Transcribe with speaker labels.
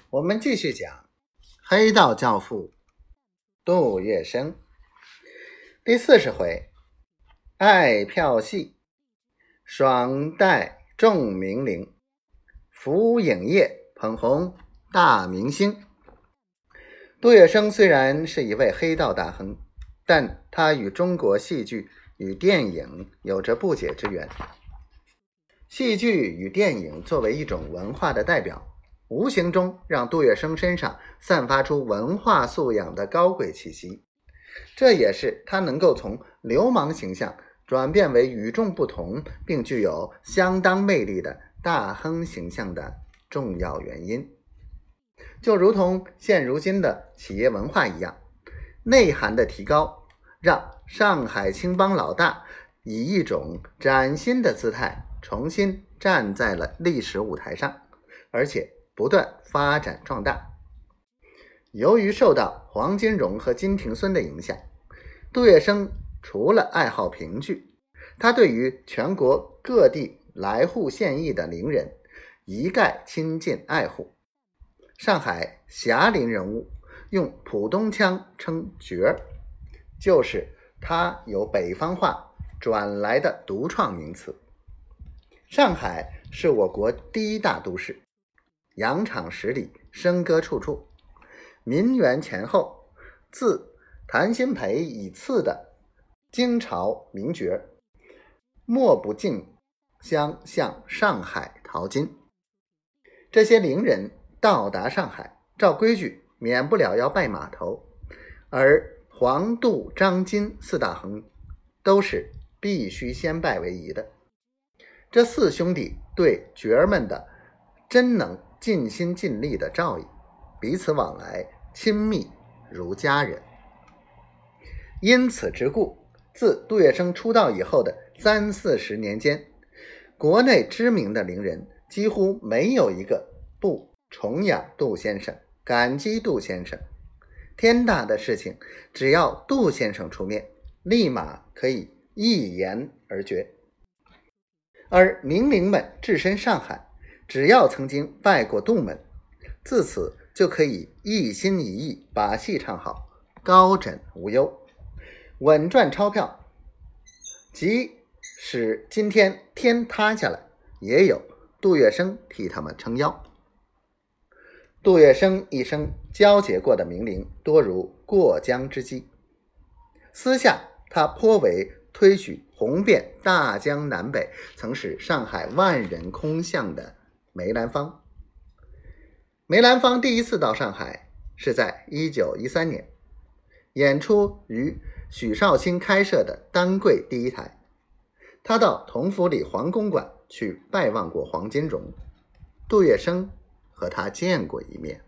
Speaker 1: 我们继续讲黑道教父杜月笙。第40回，爱票戏，爽带众名伶，福影业捧红大明星。杜月笙虽然是一位黑道大亨，但他与中国戏剧与电影有着不解之缘。戏剧与电影作为一种文化的代表，无形中让杜月笙身上散发出文化素养的高贵气息，这也是他能够从流氓形象转变为与众不同并具有相当魅力的大亨形象的重要原因。就如同现如今的企业文化一样，内涵的提高让上海青帮老大以一种崭新的姿态重新站在了历史舞台上，而且不断发展壮大。由于受到黄金荣和金庭孙的影响，杜月笙除了爱好评剧，他对于全国各地来沪现役的伶人一概亲近爱护。上海侠林人物用浦东腔称角儿，就是他由北方话转来的独创名词。上海是我国第一大都市，洋场十里，笙歌处处。民元前后，自谭鑫培以次的京朝名角，莫不竞相向上海淘金。这些伶人到达上海，照规矩免不了要拜码头，而黄杜张金四大亨都是必须先拜为宜的。这四兄弟对角儿们的真能尽心尽力的照应，彼此往来亲密如家人。因此之故，自杜月笙出道以后的30-40年间，国内知名的伶人几乎没有一个不崇仰杜先生，感激杜先生。天大的事情，只要杜先生出面，立马可以一言而决。而名伶们置身上海，只要曾经拜过杜门，自此就可以一心一意把戏唱好，高枕无忧，稳赚钞票。即使今天天塌下来，也有杜月笙替他们撑腰。杜月笙一生交结过的名伶多如过江之鲫，私下他颇为推举红遍大江南北，曾使上海万人空巷的梅兰芳。梅兰芳第一次到上海是在1913年，演出于许绍兴开设的丹桂第一台。他到同福里黄公馆去拜望过黄金荣，杜月笙和他见过一面。